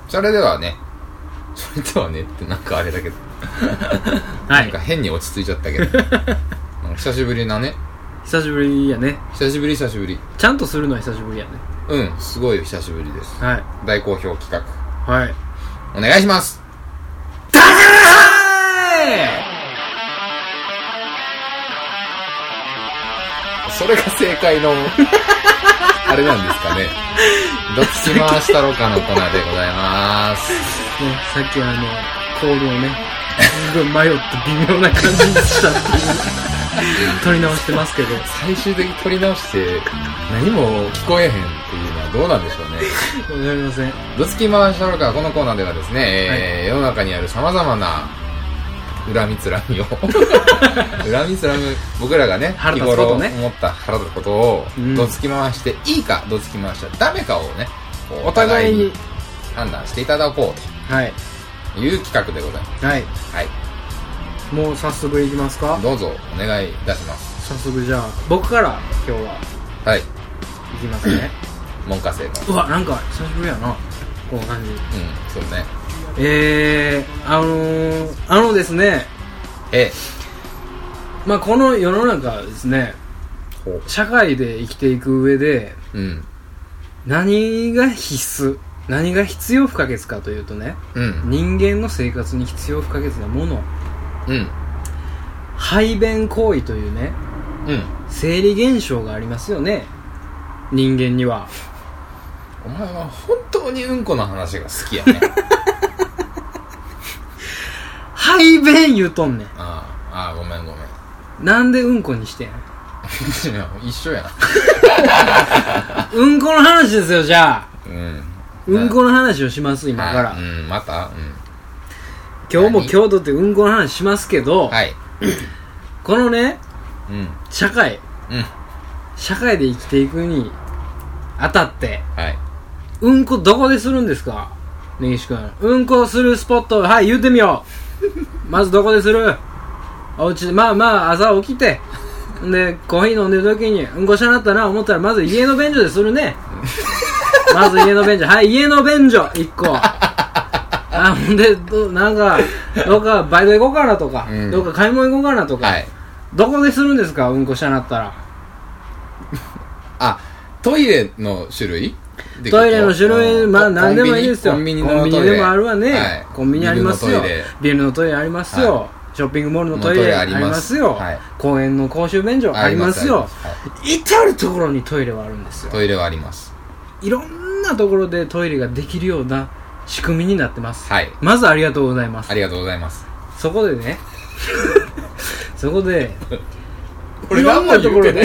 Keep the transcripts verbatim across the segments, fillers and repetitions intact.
それではねそれではねってなんかあれだけどはいなんか変に落ち着いちゃったけど久しぶりなね久しぶりやね久しぶり久しぶりちゃんとするのは久しぶりやねうんすごい久しぶりです。はい大好評企画はいお願いします。それが正解のあれなんですかね。どっち回したろかのコーナーでございます、 ね、さっきあのコールをねすごい迷って微妙な感じにしたっていう撮り直してますけど最終的に撮り直して何も聞こえへんっていうのはどうなんでしょうね。 わかりません。 どつき回したろかこのコーナーではですね、はいえー、世の中にある様々な恨みつらみを恨みつらみ僕らがね日頃思った腹立つことをどつき回していいかどつき回しちゃダメかをねお互いに判断していただこうという企画でございます。はい、はい、 もう早速いきますか。 どうぞお願いいたします。 早速じゃあ僕から今日ははいいきますね。 門下生のうわなんか久しぶりやなこの感じ。うんそうねえー、あのー、あのですねええまあこの世の中ですね社会で生きていく上で、うん、何が必須何が必要不可欠かというとね、うん、人間の生活に必要不可欠なもの、うん、排便行為というね、うん、生理現象がありますよね人間には。 お前は本当にうんこの話が好きやね排便言うとんねん。 ああごめんごめん。 なんでうんこにしてん一緒やなうんこの話ですよ。じゃあうんうんこの話をします今から、 はい、うんまた、うん、 今日も今日とってうんこの話しますけど、はい、このね、うん、社会、うん、社会で生きていくにあたって、はい、うんこどこでするんですか根岸君。うんこするスポットはい言うてみようまずどこでする？おうちでまあまあ朝起きてでコーヒー飲んでる時にうんこしゃなったな思ったらまず家の便所でするねまず家の便所はい家の便所いっこあほんでどなんかどっかバイト行こうかなとか、うん、どっか買い物行こうかなとか、はい、どこでするんですかうんこしゃなったらあトイレの種類トイレの種類まあ何でもいいですよ。コンビニのトイレコンビニでもあるわね、はい、コンビニありますよ。ビルのトイレありますよ、はい、ショッピングモールのトイレありますよ、はい、公園の公衆便所ありますよ、はい、至るところにトイレはあるんですよ。 トイレはあります。 いろんなところでトイレができるような仕組みになってます、はい、まずありがとうございます。 ありがとうございます。 そこでねそこでいろんなところで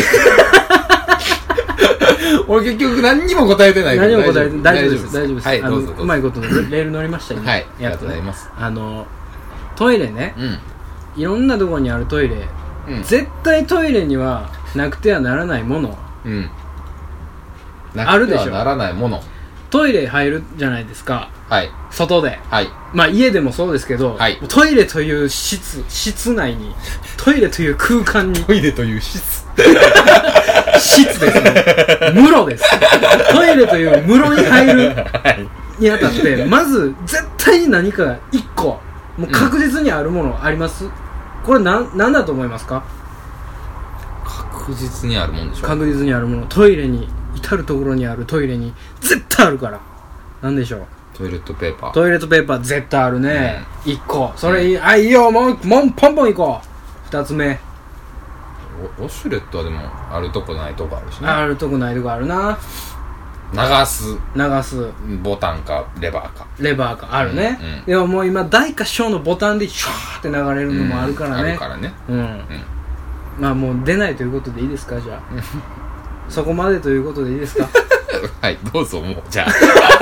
俺結局何にも答えてないけど何も答えてない大丈夫です大丈夫です、 はい、どうぞどうぞ。 うまいことのレール乗りましたよねはいありがとうございます。 あのトイレね、うん、いろんなところにあるトイレ、うん、絶対トイレにはなくてはならないもの、うん、あるでしょ。なくてはならないもの。トイレ入るじゃないですか、はい、外で、はい、まあ家でもそうですけど、はい、トイレという室室内にトイレという空間にトイレという室室ですね室ですトイレという室に入るにあたってまず絶対に何かいっこもう確実にあるものあります、うん、これ何なんだと思いますか？ 確実にあるもんでしょ。 確実にあるもの。トイレに至るところにあるトイレに絶対あるから。なんでしょう。 トイレットペーパー。 トイレットペーパー絶対あるね、うん、いっこ。それいい、うん、あいいよもうもうポンポンいこう。ふたつめウォシュレットはでもあるとこないとこあるしね。 あるとこないとこあるな。 流す流すボタンかレバーかレバーかあるね、うんうん、でももう今大か小のボタンでシューって流れるのもあるからね、うん、あるからね、うんうん、まあもう出ないということでいいですか？じゃあそこまでということでいいですか？ はいどうぞ。もうじゃあ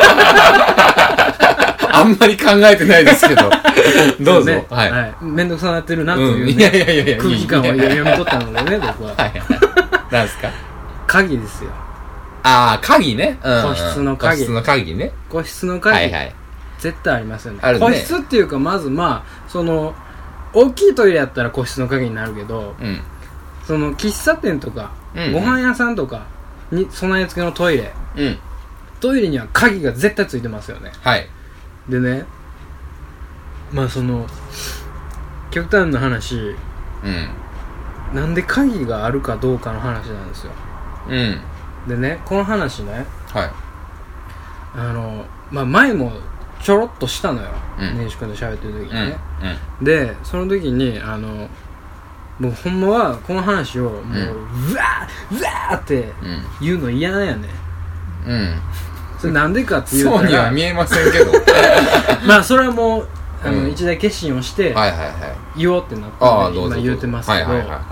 あんまり考えてないですけどどうぞ、ね、はい、はい、めんどくさなってるなという、ね、うん、いやいやいや空気感を読み取ったのでね僕は。はいはい何ですか？ 鍵ですよ。 ああ鍵ね、 うん、個室の鍵。 個室の鍵ね。 個室の鍵、はいはい、絶対ありますよね。あるね。個室っていうかまずまあその大きいトイレやったら個室の鍵になるけど、うん、その喫茶店とか、うんうん、ご飯屋さんとかに備え付けのトイレ、うん、トイレには鍵が絶対ついてますよね。はい。 でね、まあその極端な話、うん、なんで鍵があるかどうかの話なんですよ。うん。でね、この話ね、はい。あのまあ前もちょろっとしたのよ。ねんし君と喋ってる時にね。うんうん、でその時にあのもうほんまはこの話をもう、うん、うわーうわーって言うの嫌なんやね。うん。それなんでかっていうとそうには見えませんけどまあそれはもうあの、うん、一大決心をして言おうってなったんで今言うてますけど、はいはいはいはい、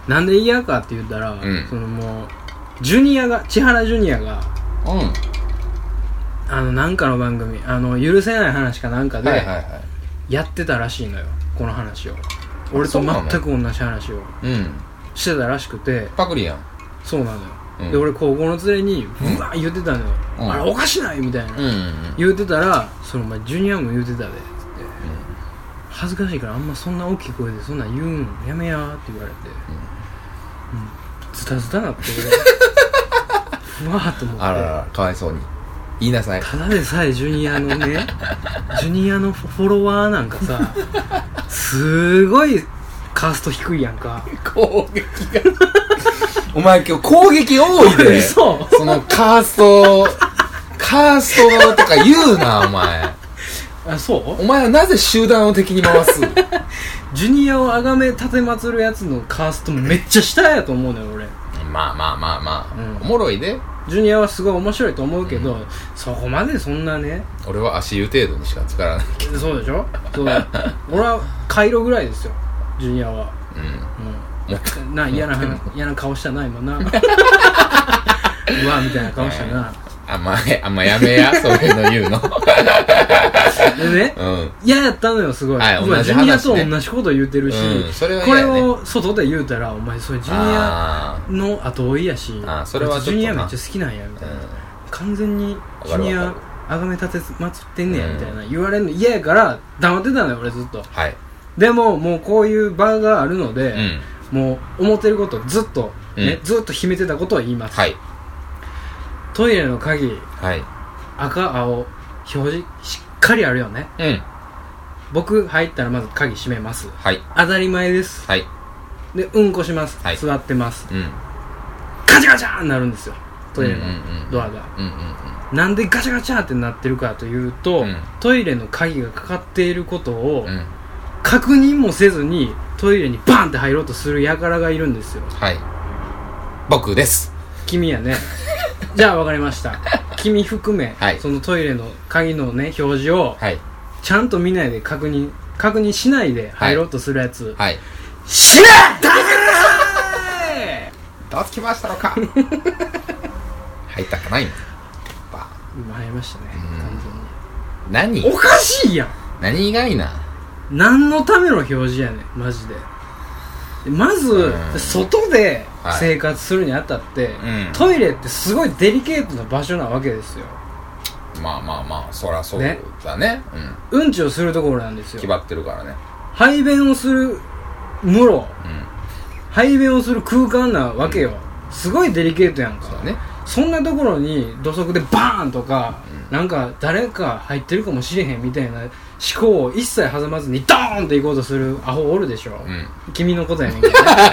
なんで嫌かって言ったら、うん、そのもうジュニアが千原ジュニアが、うん、あのなんかの番組あの許せない話かなんかでやってたらしいのよ、この話を。俺と全く同じ話をしてたらしくて、 パクリやん。 そうなのよ、うん、で俺高校の連れにうわー言ってたのよ、うん、あれおかしないみたいな、うんうんうん、言ってたらそのお前ジュニアも言ってたでって、うん、恥ずかしいからあんまそんな大きい声でそんなん言うんやめやーって言われて、うんうん、ズタズタなって俺ふわーっと思って、 あららかわいそうに言いなさい。 ただでさえジュニアのねジュニアのフォロワーなんかさすごいカースト低いやんか。 攻撃がお前今日攻撃多いでそのカーストカーストとか言うなお前。 あ、そう？ お前はなぜ集団を敵に回すジュニアをあがめ立てまつるやつのカーストもめっちゃ下やと思うのよ俺。 まあまあまあまあ、うん、おもろいで。 ジュニアはすごい面白いと思うけど、うん、そこまでそんなね。 俺は足湯程度にしか使わないけど。 そうでしょ。そう俺はカイロぐらいですよジュニアは。うん、うん、な嫌な嫌な顔したな今なうわみたいな顔したな、 あんまあんまやめやそういうの言うのでね、嫌、うん、やったのよすごい、はい、同じ話ね、ジュニアと同じこと言うてるし、うん、それは嫌やね、これを外で言うたらお前それジュニアの後追いやし、あそれはジュニアめっちゃ好きなんやみたいな、うん、完全にジュニアあがめ立てまつってんねやみたいな言われるの嫌やから黙ってたのよ俺ずっと、はい、でももうこういう場があるので、うん、もう思ってることずっと、ねうん、ずっと秘めてたことを言います、はい、トイレの鍵、はい、赤青表示しっかりあるよね、うん、僕入ったらまず鍵閉めます、はい、当たり前です、はい、でうんこします、はい、座ってます、うん、ガチャガチャーになるんですよトイレのドアが、うんうんうんうん、なんでガチャガチャーってなってるかというと、うん、トイレの鍵がかかっていることを、うん、確認もせずにトイレにバンって入ろうとする輩がいるんですよ。はい、僕です。君やねじゃあ分かりました。君含め、はい、そのトイレの鍵のね表示を、はい、ちゃんと見ないで確認確認しないで入ろうとするやつ、はいはい、死ねだーどつきましたのか入ったかないの今入りましたね完全に。何おかしいやん。 何がいいな。 何のための表示やねんマジで。まず外で生活するにあたって、はいうん、トイレってすごいデリケートな場所なわけですよ。 まあまあまあそりゃそうだね、ね、 うん、うんちをするところなんですよ。 決まってるからね。排便をする室、うん、排便をする空間なわけよ、うん、すごいデリケートやんか。そうね。そんなところに土足でバーンとか、うん、なんか誰か入ってるかもしれへんみたいな思考を一切挟まずにドーンって行こうとするアホおるでしょ、うん、君のことやねんけど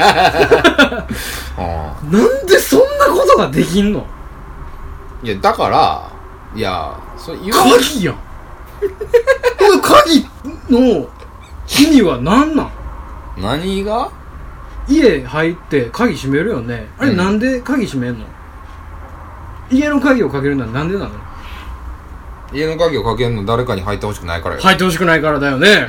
なんでそんなことができんの。 いやだからいやそれ言わ鍵やんこの鍵の意味は何なん。 何が。 家入って鍵閉めるよね。あれなんで鍵閉めんの、うん、家の鍵をかけるのはなんでなの。 家の鍵をかけるの誰かに入ってほしくないからよ。 入ってほしくないからだよね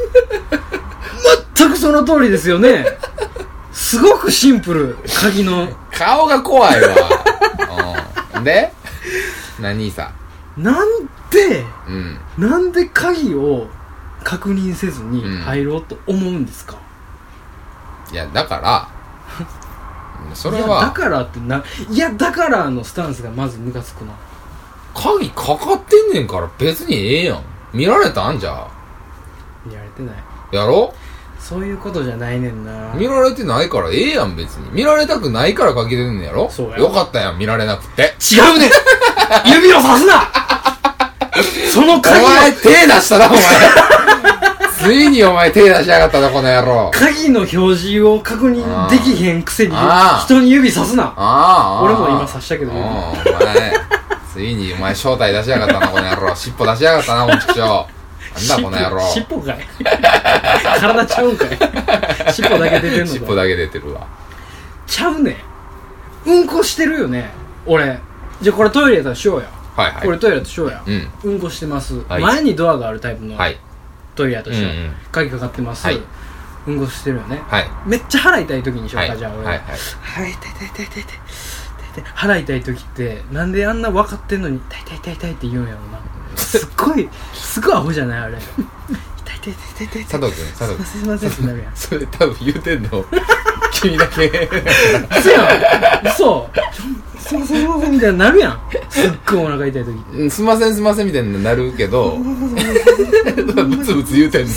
全くその通りですよね。すごくシンプル。鍵の顔が怖いわうんで何さなんで、うん、なんで鍵を確認せずに入ろうと思うんですか、 うん、いやだからそれはいやだからってないやだからのスタンスがまずムカつくな。 鍵かかってんねんから別にええやん。見られたんじゃ見られてないやろ。 そういうことじゃないねんな。 見られてないからええやん別に。見られたくないからかけてんねんやろ。そうやよかったやん見られなくて。 違うねん指をさすなその鍵お前手出したなお前ついにお前手出しやがったなこの野郎。 鍵の表示を確認できへんくせに人に指さすな。 あ俺も今さしたけど、 お前ついにお前正体出しやがったなこの野郎。尻尾出しやがったなこの畜生。なんだこの野郎。 尻尾かい体ちゃうんかい尻尾だけ出てんのか。 尻尾だけ出てるわ。 ちゃうね。うんこしてるよね俺。じゃあこれトイレやったらしようや。 はいはい。 これトイレやったらしようや。 うん。 うんこしてます、 はい、 前にドアがあるタイプのトイレやとしよう、 うんうん、 鍵かかってます、はい、うんこしてるよね、 はい、 めっちゃ腹痛い時にしようか、 はい、 じゃあ俺はいはいはい痛い痛い痛い痛い痛い痛い腹痛い時ってなんであんな分かってんのに痛い痛い痛い痛いって言うんやろなすっごいすごいアホじゃないあれ痛い痛い痛い痛い痛い佐藤君佐藤君すいませんってなるやんそれ多分言うてんの君だけ嘘やん嘘すいませんすいませんみたいになるやんすっごいお腹痛い時って、 すいませんすいませんみたいになるけどブツブツ言うてんの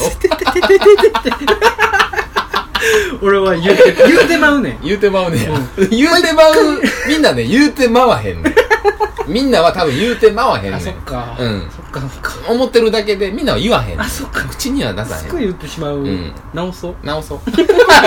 俺は言うて言うてまうねん言うてまうねん、うん、言うてまうみんなね言うてまわへんねんみんなは多分言うてまわへんねん。 あ、そっか。 うん。 そっかそっか。 思ってるだけでみんなは言わへんねん。 あ、そっか。 口には出さへん。 すごい言ってしまう。うん。直そう。 直そう。 だ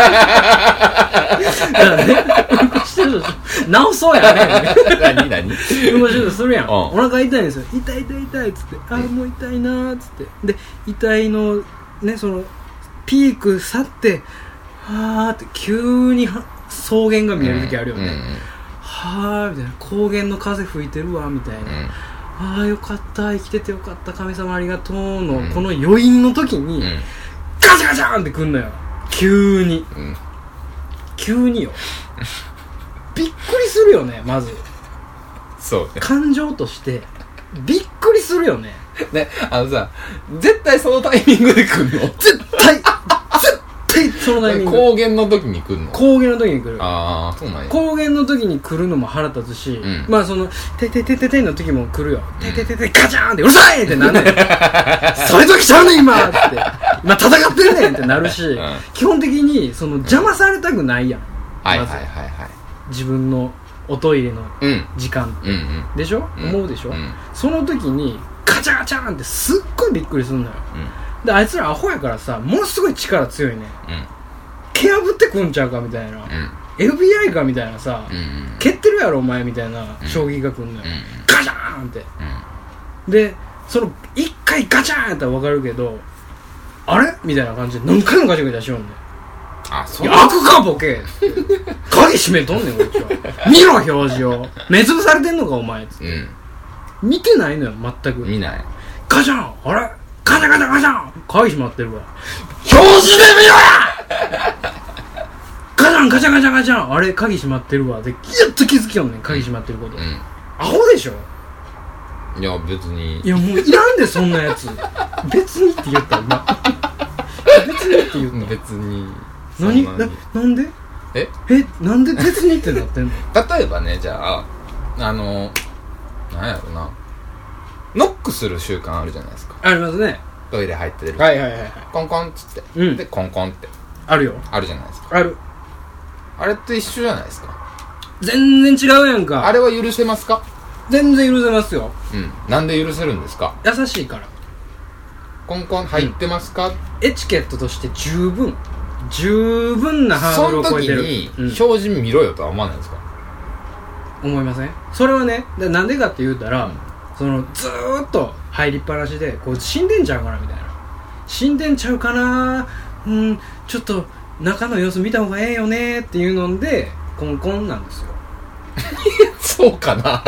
からね、うんこしてるでしょ。直そうやね。 何何？ うんこしてるとするやん。お腹痛いんですよ。痛い痛い痛いっつって。あ、もう痛いなーっつって。で、痛いの、ね、その、ピーク去って、はーって急に草原が見える時あるよね。うんうんうん、はーみたいな、高原の風吹いてるわみたいな、うん、あーよかった生きててよかった神様ありがとうの、うん、この余韻の時に、うん、ガチャガチャンってくんのよ急に、うん、急によびっくりするよねまずそうね感情としてびっくりするよねねあのさ絶対そのタイミングで来んの絶対そのタイミング高原の時に来るの高原の時に来るああそうなんや高原の時に来るのも腹立つし、うん、まあそのててててての時も来るよ、うん、ててててガチャーンってうるさいってなんねんそういう時ちゃうねん今って今戦ってるねんってなるし、うん、基本的にその邪魔されたくないやん、うんま、はいはいはいはい自分のおトイレの時間って、うんうんうん、でしょ、うん、思うでしょ、うん、その時にガチャガチャーンってすっごいびっくりするのよ、うんであいつらアホやからさものすごい力強いね、うん、蹴破ってくんちゃうかみたいな、うん、エフビーアイ かみたいなさ、うんうん、蹴ってるやろお前みたいな衝撃がくんのよ、うん、ガチャーンって、うん、でその一回ガチャーンやったら分かるけどあれみたいな感じで何回もガチャガチャしよんねんあそう開くかボケ鍵閉めとんねんこっちは見ろ表示を目つぶされてんのかお前つって、うん、見てないのよ全く見ないガチャンあれガチャガチャガチャン鍵閉まってるわ表示で見ろやガチャンガチャガチャガチャンあれ鍵閉まってるわでやっと気づきよんねん鍵閉まってること、うん、アホでしょいや別にいやもういらんでそんなやつ別にって言った今別にって言った別に何な, なんでええなんで別にってなってんの例えばねじゃああのなんやろなノックする習慣あるじゃないですかありますねトイレ入ってるはいはいはいはいコンコンっつって、うん、でコンコンってあるよあるじゃないですかあるあれって一緒じゃないですか全然違うやんかあれは許せますか全然許せますようんなんで許せるんですか優しいからコンコン入ってますか、うん、 エチケットとして十分十分なハードルを超えてるその時に表示見ろよとは思わないですか、 うん、思いませんそれはねなんでかって言うたら、うんそのずーっと入りっぱなしでこう死んでんちゃうかなみたいな死んでんちゃうかなうんちょっと中の様子見た方がええよねっていうのでコンコンなんですよそうかな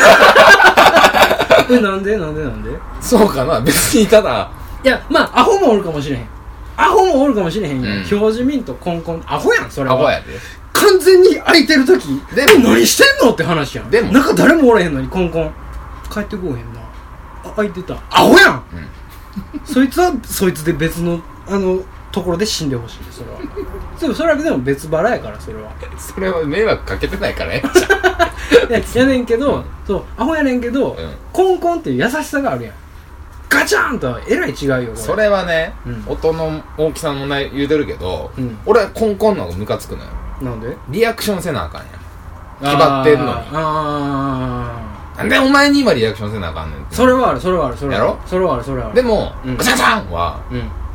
えなんでなんでなんでそうかな別にただいやまあアホもおるかもしれへんアホもおるかもしれへんや、うん、表示ミントコンコンアホやんそれはアホやで完全に空いてる時でも何してんのって話やんでも中誰もおれへんのにコンコン帰ってこうへんなあ開いてたアホやん、うん、そいつはそいつで別のあのところで死んでほしいそれはでもそれはでも別腹やからそれはそれは迷惑かけてないからねや, やねんけど、うん、そうアホやねんけど、うん、コンコンっていう優しさがあるやんガチャンとはえらい違うよこれそれはね、うん、音の大きさの問題言うてるけど、うん、俺はコンコンの方がムカつくのよなんでリアクションせなあかんやん決まってんのにああなんでお前に今リアクションせなあかんねんって。 それはあるそれはあるそれはあるやろそれはあるそれはある。 でも、うん、ガチャガチャンは、うん、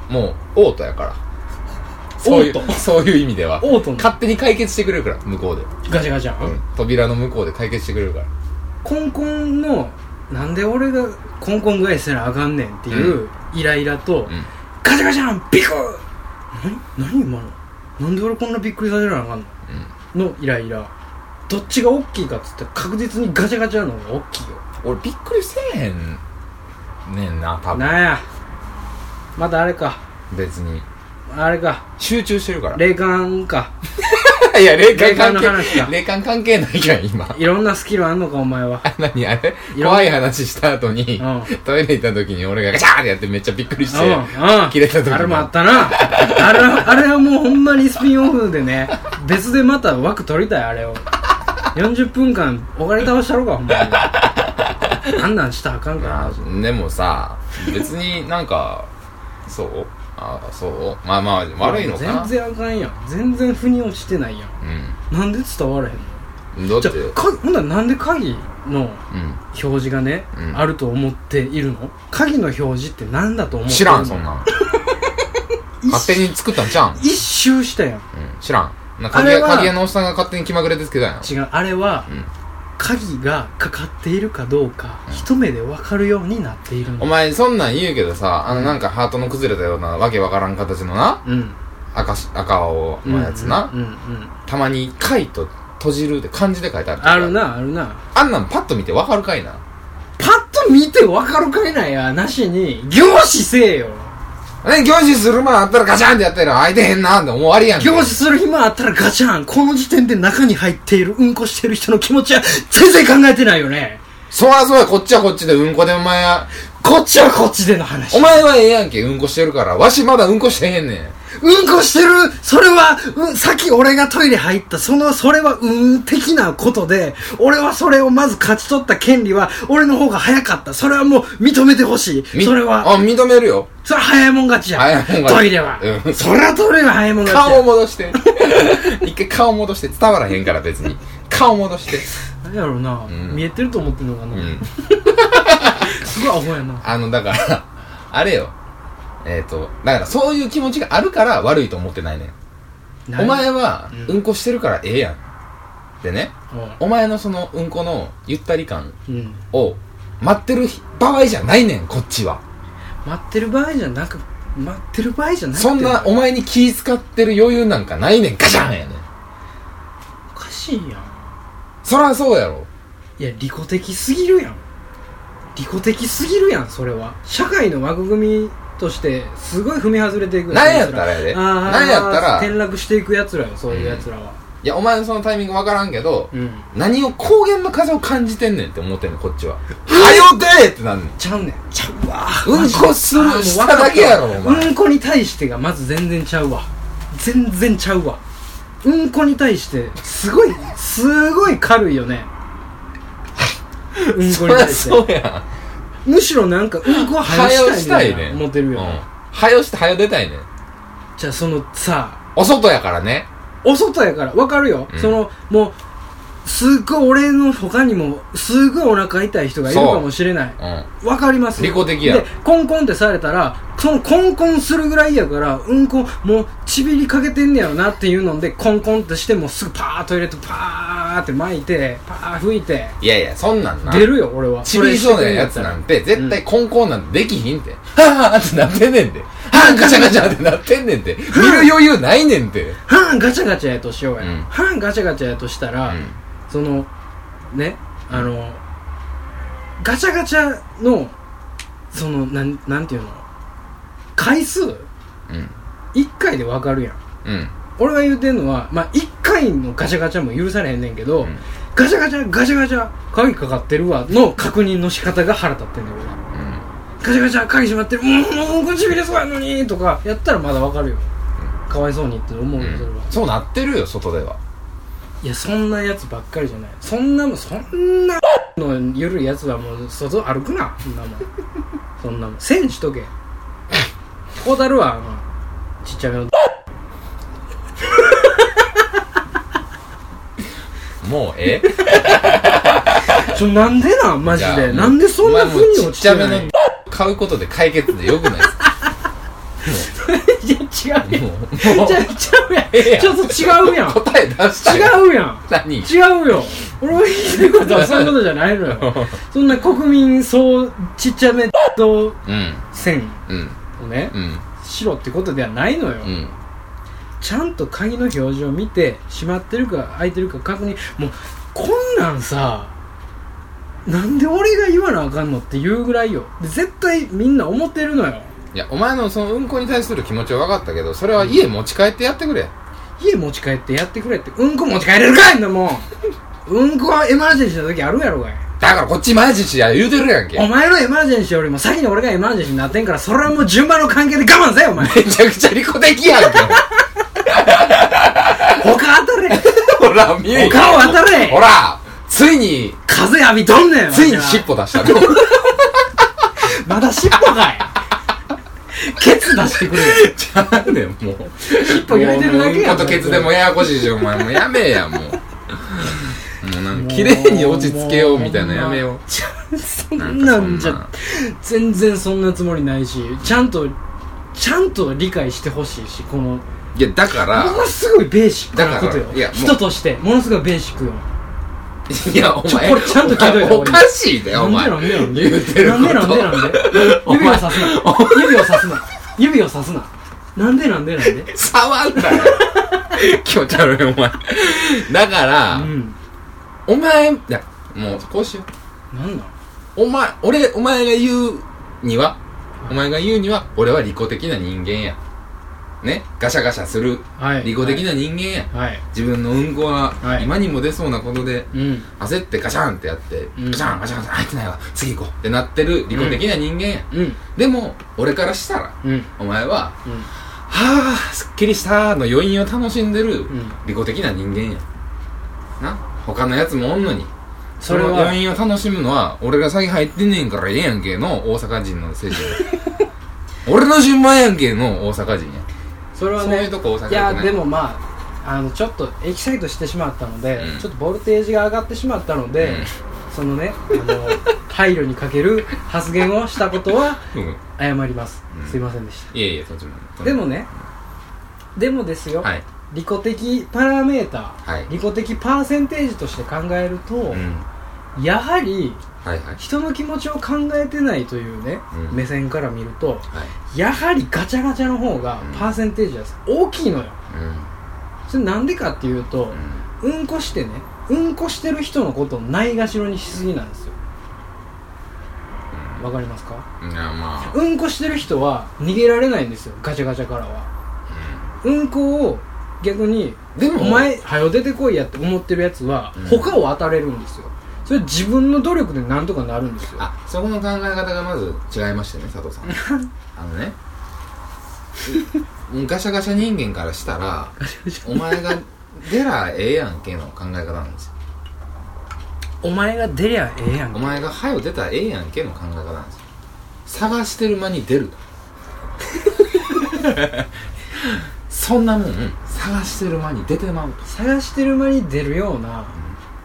もうオートやからそういうそういう意味ではオート勝手に解決してくれるから向こうでガチャガチャン、 うん、扉の向こうで解決してくれるからコンコンのなんで俺がコンコン返せなあかんねんっていうイライラと、うん、ガチャガチャンビクッ何何今のなんで俺こんなびっくりさせなあかんの、うん、のイライラどっちが大きいかっつったら確実にガチャガチャの方が大きいよ。 俺びっくりせえへんねんな多分。 なんやまたあれか別にあれか集中してるから霊感かいや霊感関係の話か霊感関係ないじゃん今。 いろんなスキルあんのかお前は。 何あれ怖い話した後に、うん、トイレ行った時に俺がガチャーってやってめっちゃびっくりして、うんうん、切れた時にあれもあったなあれはあれはもうほんまにスピンオフでね別でまた枠取りたいあれをよんじゅっぷんかんお金倒したろかほんまにあんなんしたらあかんからでもさ別になんかそうああそうまあまあ悪いのかな。 全然あかんやん全然腑に落ちてないやん、うん、なんで伝わらへんの。だってじゃあほんならなんで鍵の表示がね、うん、あると思っているの。鍵の表示ってなんだと思って知らんそんなん勝手に作ったんちゃうん。 一周したやん、うん、 知らんなんか鍵屋鍵屋のおっさんが勝手に気まぐれですけどやん。 違うあれは、うん鍵がかかっているかどうか、うん、一目で分かるようになっているんだ。 お前そんなん言うけどさあのなんかハートの崩れたようなわけわからん形のな、うん、赤, 赤青のやつな、うんうんうんうん、たまに貝と閉じるって漢字で書いてある。 あるなあるな。 あんなんパッと見て分かるかいな。 パッと見て分かるかいなやなしに凝視せえよ。 ね、凝視する前あったらガチャンってやったら開いてへんなって終わりやん。 凝視する暇あったらガチャン。この時点で中に入っているうんこしてる人の気持ちは全然考えてないよね。 そらそうやこっちはこっちでうんこでお前はこっちはこっちでの話。 お前はええやんけうんこしてるからわしまだうんこしてへんねん。 うんこしてるそれは、うん、さっき俺がトイレ入ったそのそれはうん的なことで俺はそれをまず勝ち取った権利は俺の方が早かった。それはもう認めてほしい。それはあ認めるよ。 それは早いもん勝ちや。 早いもん勝ちトイレは、うん、それはトイレは早いもん勝ちや。 顔戻して一回顔戻して伝わらへんから別に顔戻して何やろうな、うん、見えてると思ってんのかな、うん、すごいアホやな。 あのだからあれよえーと、だからそういう気持ちがあるから悪いと思ってないねん。お前はうんこしてるからええやんでね、うん、お前のそのうんこのゆったり感を待ってる場合じゃないねんこっちは。 待ってる場合じゃなく待ってる場合じゃなくてそんなお前に気使ってる余裕なんかないねん。ガシャンやねん。 おかしいやん。 そらそうやろ。 いや利己的すぎるやん。利己的すぎるやん。それは社会の枠組みとしてすごい踏み外れていく。 何やったらやで。何やったら転落していくやつらよそういうやつらは、うん、いやお前のそのタイミング分からんけど、うん、何を高原の風を感じてんねんって思ってんねんこっちは。はよでーってなんねん。 ちゃうねんちゃうわ。 うんこするしただけやろお前。 うんこに対してがまず全然ちゃうわ。全然ちゃうわ。うんこに対してすごいすごい軽いよねうんこに対して。 そうやん。 むしろなんかうんこは早よしたいね思ってるよ、ね、 早よして早よ出たいね。 じゃあそのさお外やからね。 お外やから分かるよ、うん、そのもうすっごい俺の他にもすごいお腹痛い人がいるかもしれない、うん、分かります。 利己的や。 でコンコンってされたらそのコンコンするぐらいやからうんこもうちびりかけてんねやろなっていうのでコンコンってしてもすぐパーッと入れてパーって巻いてパー吹いて。 いやいやそんなんな出るよ俺は。 ちびりそうなやつなんて絶対コンコンなんてできひんって、うん、はぁーってなってんねんて。はぁガチャガチャってなってんねんて。見る余裕ないねんて。 はぁガチャガチャやとしようや、うん、はぁガチャガチャやとしたら、うん、そのねあのガチャガチャのそのなんなんていうの回数、うん、いっかいで分かるやん、うん、俺が言うてんのはまあいっかいのガチャガチャも許されへんねんけど、うん、ガチャガチャガチャガチャ鍵かかってるわの確認の仕方が腹立ってんねん俺は、うん、ガチャガチャ鍵閉まってるもうもう唇そうやのにとかやったらまだ分かるよ、うん、かわいそうにって思うよ、うん、それはそうなってるよ外では。 いやそんなやつばっかりじゃない。そんなもんそんなの緩いやつはもう外歩くなそんなもんそんなもんせんしとけこうだるわちっちゃめのもうえちょなんでなんマジでなんでそんな風に落ちてない。 ちっちゃめの買うことで解決でよくないですか。 いや違うやん。ちゃうやん。ちょっと違うやん。 答え出したよ。違うやん。 何？ 違うよ。俺が言いたいことはそういうことじゃないのよ。そんな国民総ちっちゃめと線をね、うんうん、しろってことではないのよ。うん、ちゃんと鍵の表示を見て閉まってるか開いてるか確認。もうこんなんさ、なんで俺が言わなあかんのっていうぐらいよ。で絶対みんな思ってるのよ。 いやお前のそのうんこに対する気持ちは分かったけど、それは家持ち帰ってやってくれ。 家持ち帰ってやってくれって。うんこ持ち帰れるかいんだもん。うんこはエマージェンシーの時あるやろがい。 だからこっちエマージェンシーや言うてるやんけ。 お前のエマージェンシーよりも先に俺がエマージェンシーになってんから、それはもう順番の関係で我慢せよお前。 めちゃくちゃ利己的やんけ。 他当たれ。 ほら見え。 他を当たれ。 ほらついに風浴びとんねん。 ついに尻尾出したの。 まだ尻尾かい。ケツ出してくれよ。 ちゃうねんもう。 尻尾揺れてるだけやん。 うんことケツでもややこしいしお前もうやめえやもう。もうなんか綺麗に落ち着けようみたいなやめよう。 そんなんじゃ全然そんなつもりないし、ちゃんとちゃんと理解してほしいし、このいやだからものすごいベーシックなことよ。いや人としてものすごいベーシックよ。 いやお前これちゃんと聞いといたおかしいでお前。 なんでなんで言うてることなんでなんでなんで指をさすな指をさすな指をさすななんでなんでなんで触んなよ。気持ち悪いお前。だから、うん、お前いやもうこうしよう。なんだお前俺お前が言うには、はい、お前が言うには俺は利己的な人間やね、ガシャガシャする、はい、利己的な人間や、はい、自分のうんこは、はい、今にも出そうなことで、うん、焦ってガシャンってやって、うん、ガシャンガシャンガシャン入ってないわ次行こうってなってる利己的な人間や、うん、でも俺からしたら、うん、お前は、うん、はぁすっきりしたの余韻を楽しんでる利己的な人間やな。他のやつもおんのにそれは余韻を楽しむのは俺が先入ってんねんからええやんけの大阪人の精神俺の順番やんけの大阪人や。 それはね、 そういうとこ大阪人いやでもまああのちょっとエキサイトしてしまったので、うん、ちょっとボルテージが上がってしまったので、うん、そのねあの配慮にかける発言をしたことは謝ります、うん、すいませんでした。 いえいえとてもでもねでもですよ、はい、利己的パラメーター、はい、利己的パーセンテージとして考えると、うん、やはりはいはい、人の気持ちを考えてないというね、うん、目線から見ると、はい、やはりガチャガチャの方がパーセンテージは大きいのよ、うん、それなんでかっていうと、うん、うんこしてねうんこしてる人のことをないがしろにしすぎなんですよ。わ、うん、かりますか？ いや、まあ、 うんこしてる人は逃げられないんですよガチャガチャからは、うん、うんこを逆にでもお前はよ出てこいやって思ってるやつは、うん、他を当たれるんですよ。それ自分の努力でなんとかなるんですよ。 あ、そこの考え方がまず違いましてね佐藤さんあのねガシャガシャ人間からしたらお前が出りゃええやんけの考え方なんですよ。 お前が出りゃええやんけ、 お前がはよ出たらええやんけの考え方なんですよ。探してる間に出るとそんなもん探してる間に出てまうと。 探してる間に出るような、うん、あの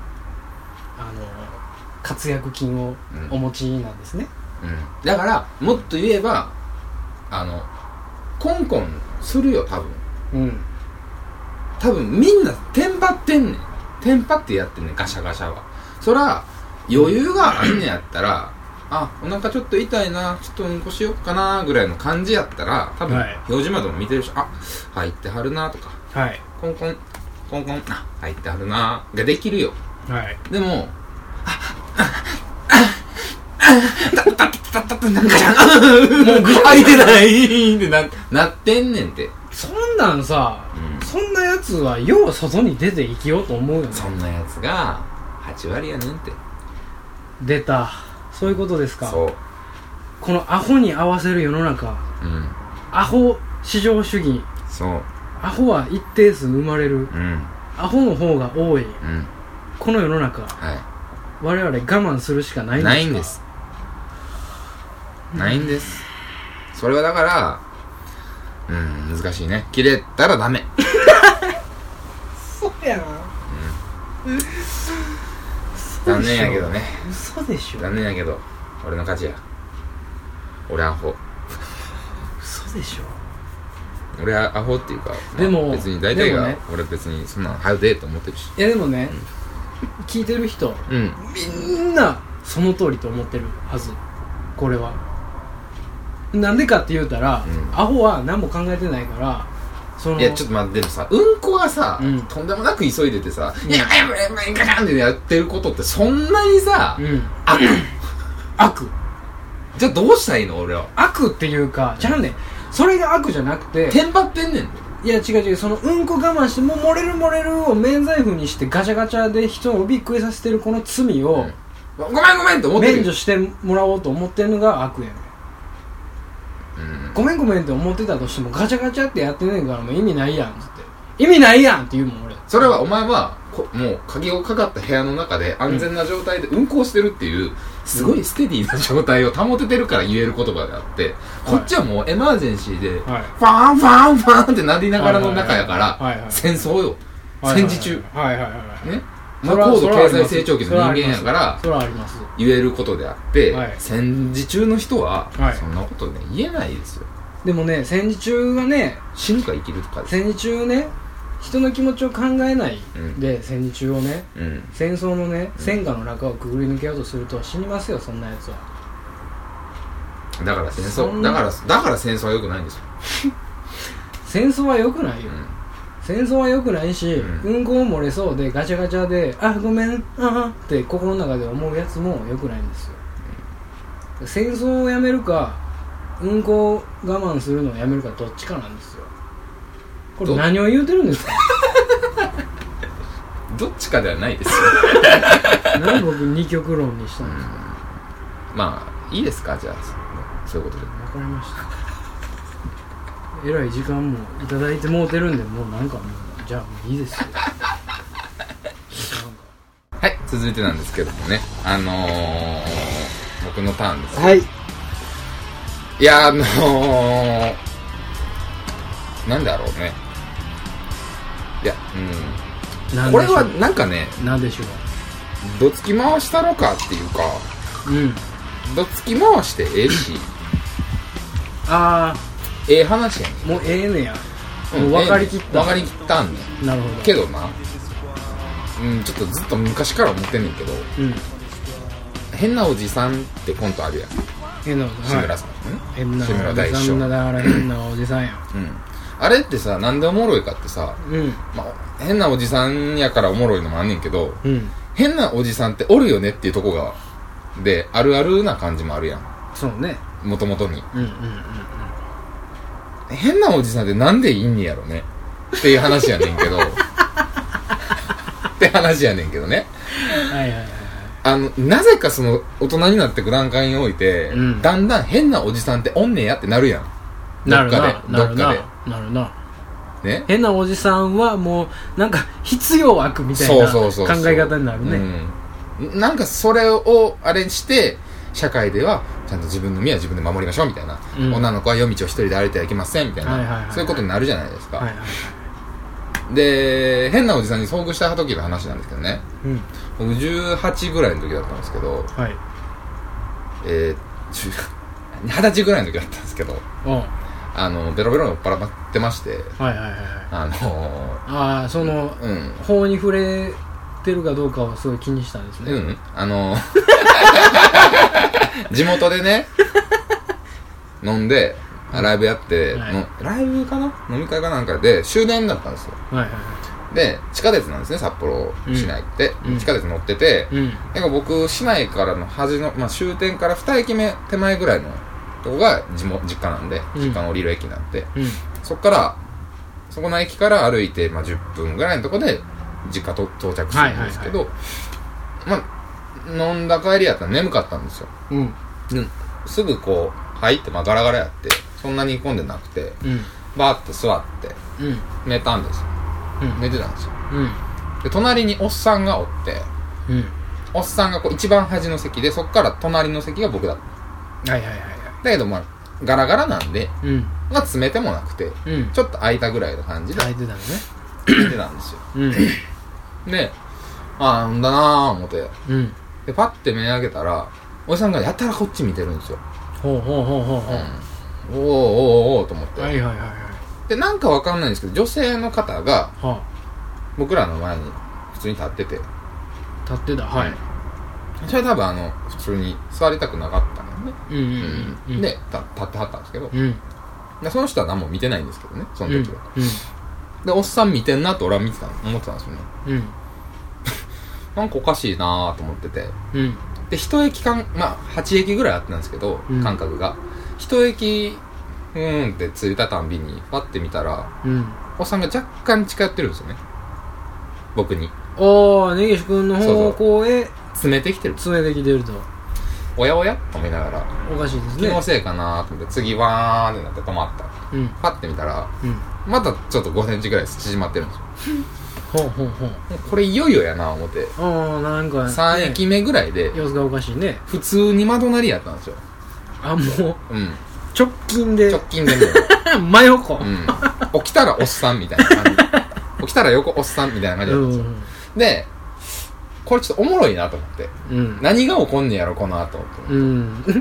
活躍金をお持ちなんですね、 うんうん、だからもっと言えばあのコンコンするよ多分、うん、多分みんなテンパってんねん。テンパってやってんねんガシャガシャは。そら余裕があんねやったらあ、お腹ちょっと痛いなちょっとうんこしよっかなぐらいの感じやったら多分、はい、表示窓も見てるしあ、入ってはるなとか、はい、コンコンコンコンあ、入ってはるなができるよ、はい、でもあたたたたたなんかもう開いてないってななってんねんって。 そんなんさ、うん、そんなやつはよう外に出て生きようと思うよね。 そんなやつがはち割やねんって。 出た、そういうことですか。 そう、 このアホに合わせる世の中、うん、アホ至上主義。 そう、 アホは一定数生まれる、うん、アホの方が多い、うん、この世の中、はい、我々我慢するしかないんですか。 ないんです、ないんです。それはだからうん難しいね。切れたらダメそうやな、うん、 残念やけどね。 嘘でしょ。 残念やけど俺の勝ちや。俺アホ。 嘘でしょ。 俺はアホっていうか、 でも、 まあ、別に大体が、ね、俺別にそんなん早でと思ってるし。 いやでもね、うん、聞いてる人、うん、みんなその通りと思ってるはず。これはなんでかって言うたら、うん、アホは何も考えてないから。そのいやちょっと待って、でもさ、うんこはさ、うん、とんでもなく急いでてさ、うん、いやいやいやいやガガンってやってることってそんなにさ、うん、悪悪じゃあどうしたらいいの俺は。 悪っていうか、じゃあね、それが悪じゃなくてテンパってんねん。 いや違う違う、そのうんこ我慢してもう漏れる漏れるを免罪符にしてガチャガチャで人をびっくりさせてるこの罪を、 うん、ごめんごめんって思ってる免除してもらおうと思ってるのが悪やねん。ごめんごめんって思ってたとしてもガチャガチャってやってねえからもう意味ないやんっつって意味ないやんって言うもん俺。 それはお前はこもう鍵をかかった部屋の中で安全な状態で運行してるっていうすごいステディな状態を保ててるから言える言葉であって、うん、こっちはもうエマージェンシーで、はい、ファーンファーンファーンってなりながらの中やから戦争よ、戦時中はいはいはいね、まあ、高度経済成長期の人間やからそれはあります言えることであって、はい、戦時中の人はそんなことね言えないですよ。 でもね、戦時中はね、 死ぬか生きるとか戦時中ね、人の気持ちを考えないで、うん、戦時中をね、うん、戦争のね、うん、戦火の中をくぐり抜けようとすると死にますよ、そんなやつは。 だから戦争だからだから戦争は良くないんですよ。 戦争は良くないよ、うん、戦争は良くないし、うん、うんこ漏れそうでガチャガチャであごめんああって心の中で思うやつも良くないんですよ、うん、戦争をやめるかうんこを我慢するのをやめるかどっちかなんですよ。これ何を言うてるんですか。 どっちかではないですよ。 なんで僕二極論にしたんですか。 まあいいですか、じゃあそういうことで。 わかりました。えらい時間もいただいてもうてるんで、もうなんかもうじゃあもういいですよ。 はい、続いてなんですけどもね、あのー、僕のターンです。 はい。 いやあのー、なんだろうね。いや、うん。これはなんかね、 なんでしょう。 どつき回したのかっていうか、うん。どつき回してええし、 ああ、 ええ話やねん。 もうええねや。もう分かりきった。 分かりきったんねん。なるほど。 けどな、うん、ちょっとずっと昔から思ってんねんけど、うん。変なおじさんってコントあるやん。 変なおじさん。 志村さん。 変なおじさんだから変なおじさんや。 うん。あれってさ、なんでおもろいかってさ、うん、まあ、変なおじさんやからおもろいのもあんねんけど、うん、変なおじさんっておるよねっていうとこがであるあるな感じもあるやん。 そうね。 もともとに、うんうんうんうん。変なおじさんってなんでいいんやろねっていう話やねんけどって話やねんけどね。はいはいはい。あのなぜかその大人になっていく段階において、うん、だんだん変なおじさんっておんねんやってなるやん。どっかでどっかでなるな、ね、変なおじさんはもうなんか必要悪みたいな考え方になるね。 うん、なんかそれをあれして社会ではちゃんと自分の身は自分で守りましょうみたいな、うん、女の子は夜道を一人で歩いてはいけませんみたいな、はいはいはいはい、そういうことになるじゃないですか、はいはいはい、で変なおじさんに遭遇した時の話なんですけどね、うん、僕じゅうはちぐらいの時だったんですけど、はい、えー、はたちぐらいの時だったんですけど、あのベロベロに酔っ払ってまして、はいはいはい、あのー、ああその、うん、法に触れてるかどうかをすごい気にしたんですね。うんあのー、 地元でね飲んでライブやって、はい、のライブかな飲み会かなんかで終電だったんですよ。はいはいはい。で地下鉄なんですね、札幌市内って、うん、地下鉄乗ってて、うん、なんか僕市内からの端の、まあ、終点からに駅目手前ぐらいのとこが地元実家なんで、実家の降りる駅なんで、うん、そっからそこの駅から歩いて、まあ、じゅっぷんぐらいのとこで実家と到着するんですけど、はいはいはい、まあ飲んだ帰りやったら眠かったんですよ、うん、すぐこう入って、まあ、ガラガラやってそんなに混んでなくて、うん、バーって座って、うん、寝たんですよ、うん、寝てたんですよ、うん、で隣におっさんがおって、うん、おっさんがこう一番端の席でそっから隣の席が僕だった。はいはいはいはい。だけどまあガラガラなんで、うん、まあ詰めてもなくて、うん、ちょっと空いたぐらいの感じで空いてたのね。 空いてたんですよ、うん、であなんだなー思って、 うん、 でパッて目開けたらおじさんがやたらこっち見てるんですよ。 ほうほうほうほうほう、 うん、おーおーおーおーと思って、 はいはいはいはい。 でなんかわかんないんですけど女性の方が、はあ、 僕らの前に普通に立ってて立ってた、はい、 うん、それ多分あの普通に座りたくなかったのね、 うんうんうんうん、 で立ってはったんですけど、 うん、 でその人は何も見てないんですけどねその時は、 うんうん、 でおっさん見てんなと俺は見てた思ってたんですよね、 うん、 なんかおかしいなと思ってて、 うん、 で一駅間まあはち駅ぐらいあったんですけど、うん、間隔が一駅うーんって着いたたんびにパッて見たら、うん、おっさんが若干近寄ってるんですよね僕に。 ああ根岸君の方向へ詰めてきてる詰めてきてると、 おやおやと思いながらおかしいですね気のせいかなと思って次わーってなって止まった、うん、パッて見たら、うん、またちょっとごセンチぐらい縮まってるんですよほうほうほう、 これいよいよやな思って、 ああなんか、ね、 さん駅目ぐらいで様子がおかしいね。 普通に窓なりやったんですよ。 あもう、 うん、 直近で直近でもう真横、 うん、起きたらおっさんみたいな感じ起きたら横おっさんみたいな感じだったんですよ、うん、でこれちょっとおもろいなと思って、うん、何が起こんねやろこの後と思って、うん、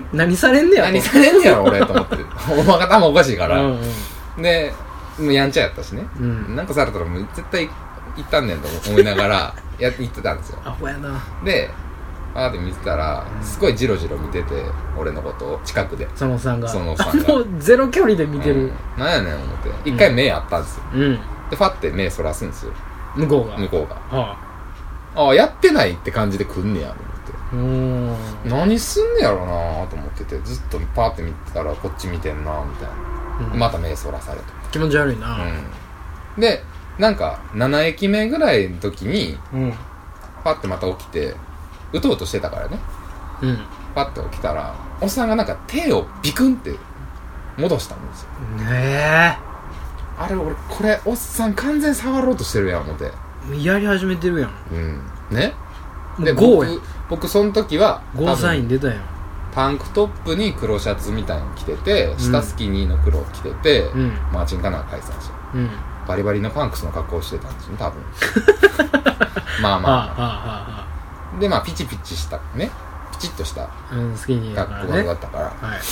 何されんねやろ何されんねやろ俺と思ってお前が頭おかしいから、うんうん、でやんちゃやったしね、うん、なんかされたらもう絶対行ったんねんと思いながらやって行ってたんですよ。 アホやな。 であーって見てたらすごいジロジロ見てて俺のことを近くでそのさんがそのさんがもうゼロ距離で見てる、 うん、なんやねん思って一回目あったんですよ、うん、でファって目そらすんですよ向こうが向こうが、はあ、ああやってないって感じで来んねやと思って、うーん何すんねやろなと思っててずっとパーって見てたらこっち見てんなみたいな、うん、また目そらされて気持ち悪いな、 うん、でなんかなな駅目ぐらいの時に、うん、パッてまた起きてうとうとしてたからね、うん、パッて起きたらおっさんがなんか手をビクンって戻したんですよ。 ねえあれ俺これおっさん完全触ろうとしてるやん思ってやり始めてるやん。 うんねで僕僕その時はゴーサイン出たやん。 タンクトップに黒シャツみたいに着てて下スキニーの黒着てて、うん、マーチンかなんか書いてたんですよ、うん、バリバリのパンクスの格好をしてたんですよね多分まあまあ、まあはあはあ、でまあピチピチしたねピチッとした格好だったから、うんね、はい、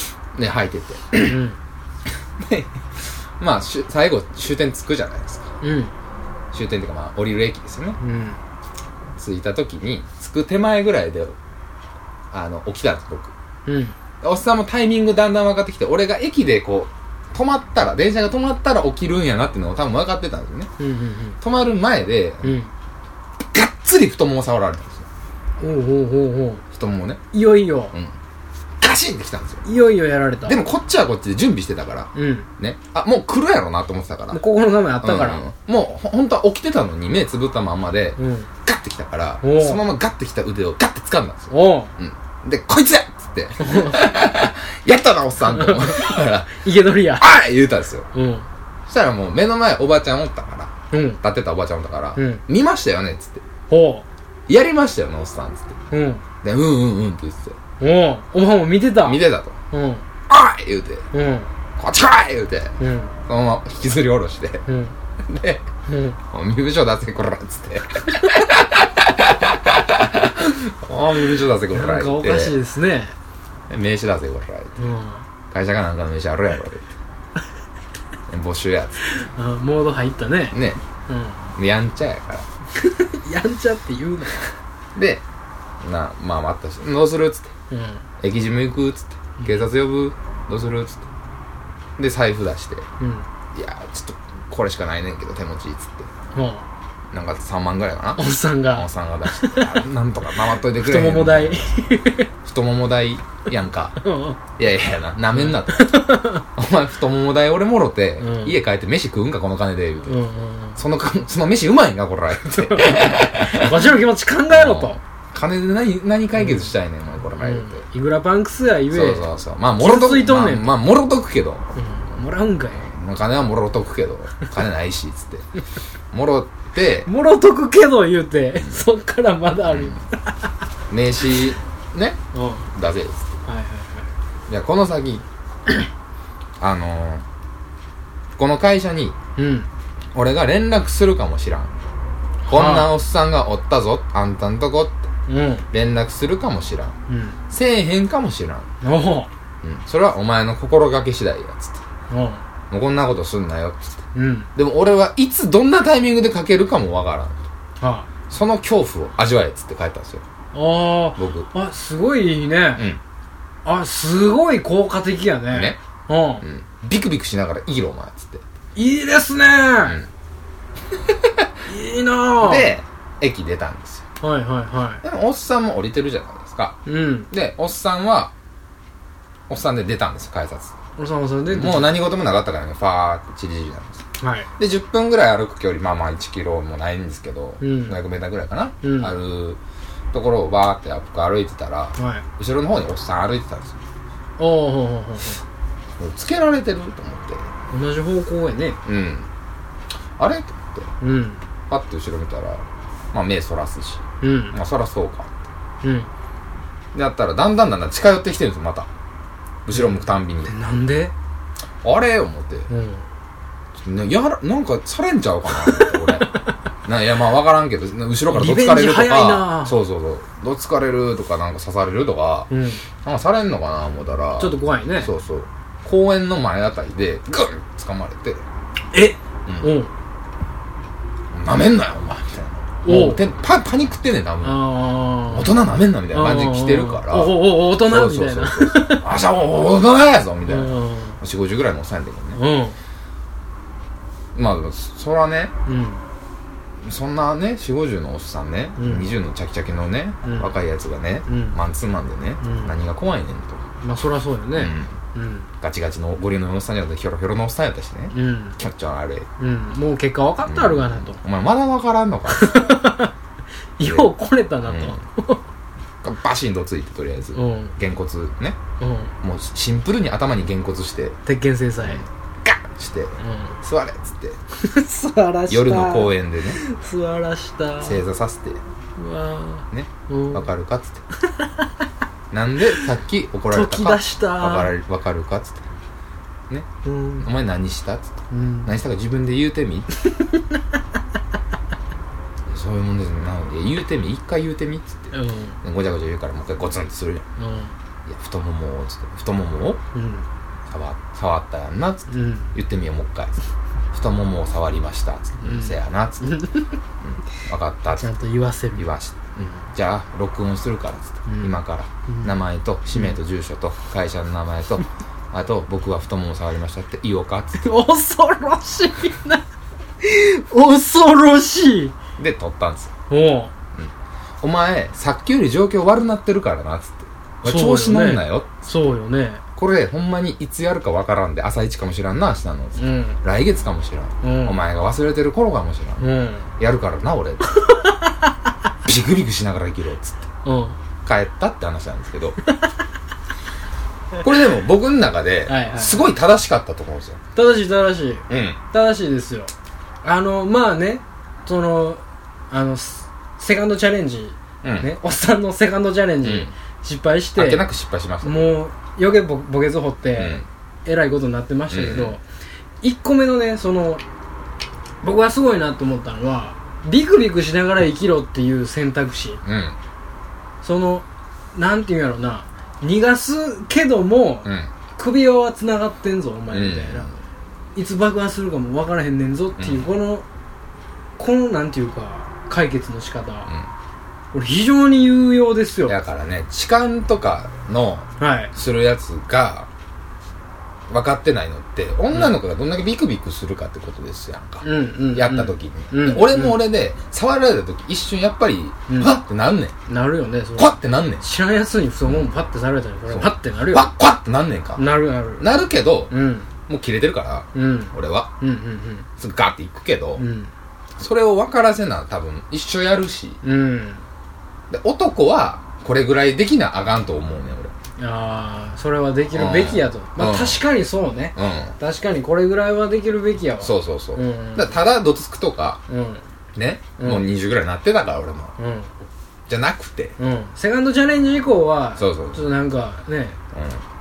で履いてて、うん、でまあ最後終点着くじゃないですか、うん、終点っていうかまあ降りる駅ですよね、うん、着いた時に着く手前ぐらいであの起きたんです僕、うん、おっさんもタイミングだんだん分かってきて俺が駅でこう止まったら電車が止まったら起きるんやなっていうのを多分分かってたんですよね、うんうんうん、止まる前で、うん、がっつり太もも触られたんですよ。 おうおうおうおう太ももねいよいよ、 うん、ガシンってきたんですよ。 いよいよやられた。 でもこっちはこっちで準備してたから、うん、ね、あもう来るやろなと思ってたからもう心構えあったから、 うんうん、もう本当は起きてたのに目つぶったまんまで、うん、ガッてきたからそのままガッてきた腕をガッて掴んだんですよ。おう、うんで、こいつやっつってやったなおっさんと思ったら生け捕りやあい言うたんですよ、うん、そしたらもう目の前おばちゃんおったから、うん、立ってたおばちゃんおったから、うん、見ましたよねっつってほうやりましたよねおっさんっつって、うん、でうんうんうんって言ってておお前も見てた見てたと、うん、おい言うて、うん、こっち来い言うて、うん、そのまま引きずり下ろして、うん、で、うん、身分証出せこらっつってああ身分証出せこらなんかおかしいですね。 名刺出せこらって、うん、会社かなんかの名刺あるやろって募集やつってあモード入ったねね、うん、やんちゃやからやんちゃって言うのでなまあ待ったしどうするっつって、うん、駅事務行くっつって警察呼ぶどうするっつってで財布出して、うん、いやちょっとこれしかないねんけど手持ちっつって、うんなんかさんまんぐらいかなおっさんがおっさんが出してなんとか守っといてくれへん太もも代太もも代やんかいやいやななめんなとお前太もも代俺もろて、うん、家帰って飯食うんかこの金で言うて、うんうんうん、そのその飯うまいんかこら言うてわしの気持ち考えろと金で何何解決したいねん、うん、お前こら言うて、 うん、いくらパンクスや言えそうそうそうまあもろとくまあ、まあ、もろとくけど、 うん、もらうんかい金はもろとくけど金ないしつってもろでもろとくけど言うて、うん、そっからまだある、うん、 名刺ね、うん、出せっつって、はいはいはい、いやこの先あのー、この会社に、うん、俺が連絡するかもしらん、はこんなおっさんがおったぞあんたんとこって、うん、連絡するかもしらん、うん、せえへんかもしらん、お、うん、それはお前の心がけ次第やつって、おもうこんなことすんなよつって、うん、でも俺はいつどんなタイミングでかけるかもわからんと、はあ、その恐怖を味わえっつって帰ったんですよ。ああ、僕あ、すごいいいね、うん、あ、すごい効果的やね。ね、うん、うん、 ビクビクしながらいいろお前っつって、 いいですね、うん、いいな。 で駅出たんですよ。 はいはいはい。 でもおっさんも降りてるじゃないですか、うん、でおっさんはおっさんで出たんですよ改札。 おっさんおっさんでもう何事もなかったからね、ファーってチリチリなんです、はい、でじゅっぷんぐらい歩く距離、まあまあいちキロもないんですけど、うん、ごひゃくメーターぐらいかな、うん、あるところをバーって僕歩いてたら、はい、後ろの方におっさん歩いてたんですよ。おお、ほうほうほう、つけられてると思って、 同じ方向へね、 うん、あれと思って、うん、パッて後ろ見たら、まあ目そらすし、うん、まあそらそうかって、うん、でやったらだんだんだんだん近寄ってきてるんですよ。また後ろ向くたんびに、 うん、なんであれ思って、うん、やらなんかされんちゃうかなって俺ないやまあ分からんけど、後ろからどつかれるとか、そうそうそう、どつかれるとかなんか刺されるとか、うん、なんかされんのかな思ったらちょっと怖いね。 そうそう、公園の前あたりでグン掴まれて、 え、 うん、なめんなよお前みたいな、もうて パ, パニックってんねん多分、大人なめんなみたいな感じで来てるから、 おおお大人みたいな、 あしゃお大人やぞみたいな、よんじゅうごじぐらいのおっさんやんだけどね、うん、まあそらね、うん、そんなねよんじゅうごじゅうのおっさんね、うん、にじゅうのチャキチャキのね、うん、若いやつがね、うん、マンツーマンでね、うん、何が怖いねんと。 まあそりゃそうよね、 うんうん、ガチガチのゴリのおっさんじゃなくてヒョロヒョロのおっさんやったしね、うん、キャッチャーあれ、 うん、もう結果分かってあるがなと、 うん、お前まだ分からんのかようこれたなと、 うん、バシンとついてとりあえず、うん、げんこつね、うん、もうシンプルに頭にげんこつして鉄拳制裁、うん、 ガッして、うん、座れっつって座らした夜の公園でね座らした正座させて、うわね、うん、分かるかっつってなんでさっき怒られたか分かる、分かるかっつってね、うん、お前何したっつって、うん、何したか自分で言うてみそういうもんですね。なので言うてみ、一回言うてみっつって、うん、ごちゃごちゃ言うからもう一回ゴツンとするじゃん、うん、いや太ももをつって太ももを、うん、触, 触ったやんなっつって、うん、言ってみようもう一回つって太ももを触りましたっつって、うん、せやなっつって、うん、分かったっつってちゃんと言わせる言わして、うん、じゃあ録音するからっつって、うん、今から、うん、名前と氏名と住所と会社の名前と、うん、あと僕は太ももを触りましたって言おうかっつって恐ろしいな恐ろしいで撮ったんですよ。お、うん、お前さっきより状況悪なってるからなっつって、調子乗んなよ。 そうよね。 これほんまにいつやるかわからんで、朝一かもしらんな明日の、うん、来月かもしらん、うん、お前が忘れてる頃かもしらん、うん、やるからな俺ビクビクしながら生きろっつって、うん、帰ったって話なんですけどこれでも僕の中ですごい正しかったと思うんですよ。 正しい正しい、うん、正しいですよ。あのまあね、そのあのセカンドチャレンジ、うん、ね、おっさんのセカンドチャレンジ、うん、失敗して、 あっけなく失敗しました、ね、 もう余計ボケず掘って、うん、えらいことになってましたけど、うん、いっこめのね、その僕がすごいなと思ったのは、ビクビクしながら生きろっていう選択肢、うん、そのなんていうんやろな、逃がすけども、うん、首輪は繋がってんぞお前みたいな、うん、いつ爆発するかも分からへんねんぞっていう、うん、このこのなんていうか解決の仕方、うん、これ非常に有用ですよ。 だからね、痴漢とかの、はい、するやつが分かってないのって、女の子がどんだけビクビクするかってことですやんか、うん、やった時に、うん、俺も俺で触られた時一瞬やっぱり、うん、パッってなんねん。なるよね。 それパッってなんねん。 知らんやつに太ももパッてされたらそれパッてなるよ。 パッパッってなんねんか。 なるなるなるけど、うん、もう切れてるから、うん、俺は、うんうんうん、すぐガッていくけど、うん、それを分からせな多分一緒やるし、うん、で男はこれぐらいできなあかんと思うね俺。 ああ、それはできるべきやと、うん、まあ、うん、確かにそうね、うん、確かにこれぐらいはできるべきやわ。 そうそうそう、うん、だただどつくとか、うん、ね、うん、もうにじゅうぐらいになってたから俺も、うん、じゃなくて、うん、 セカンドチャレンジ以降はそうそうちょっとなんかね、うん、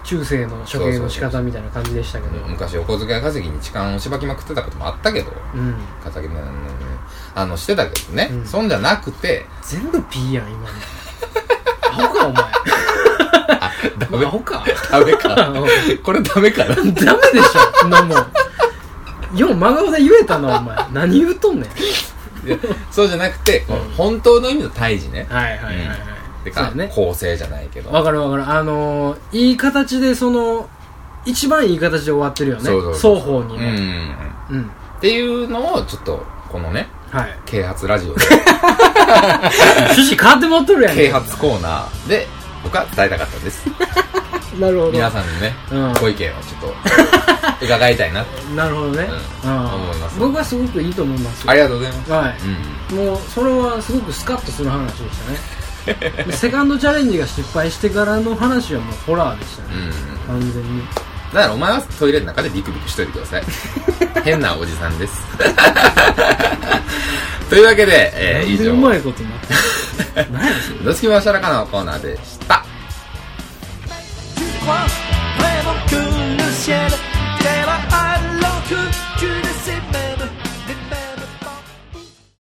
中世の処刑の仕方みたいな感じでしたけど、 昔お小遣い稼ぎに痴漢をしばきまくってたこともあったけど、うん、稼ぎあのしてたけどね、うん、そんじゃなくて全部 P やん今のアホかお前あダメアホかダメかこれダメかなダメでしょそんなもんよう真顔で言えたなお前何言うとんねんそうじゃなくて、うん、本当の意味の胎児ねはいはいはいはい、うんてかね、構成じゃないけどわかるわかるあのー、いい形でその一番いい形で終わってるよねそうそうそう双方にね、 うんうん、っていうのをちょっとこのね、はい、啓発ラジオで趣旨変わってもっとるやん啓発コーナーで僕は伝えたかったですなるほど皆さんのね、うん、ご意見をちょっと伺いたいななるほどね、 うんうん、思います僕はすごくいいと思いますよありがとうございます、 はいうん、もうそれはすごくスカッとする話でしたねセカンドチャレンジが失敗してからの話はもうホラーでしたね、うん、完全にだからお前はトイレの中でビクビクしといてください変なおじさんですというわけで、えー、以上うまいことになって何やそれどつきましゃらかのコーナーでした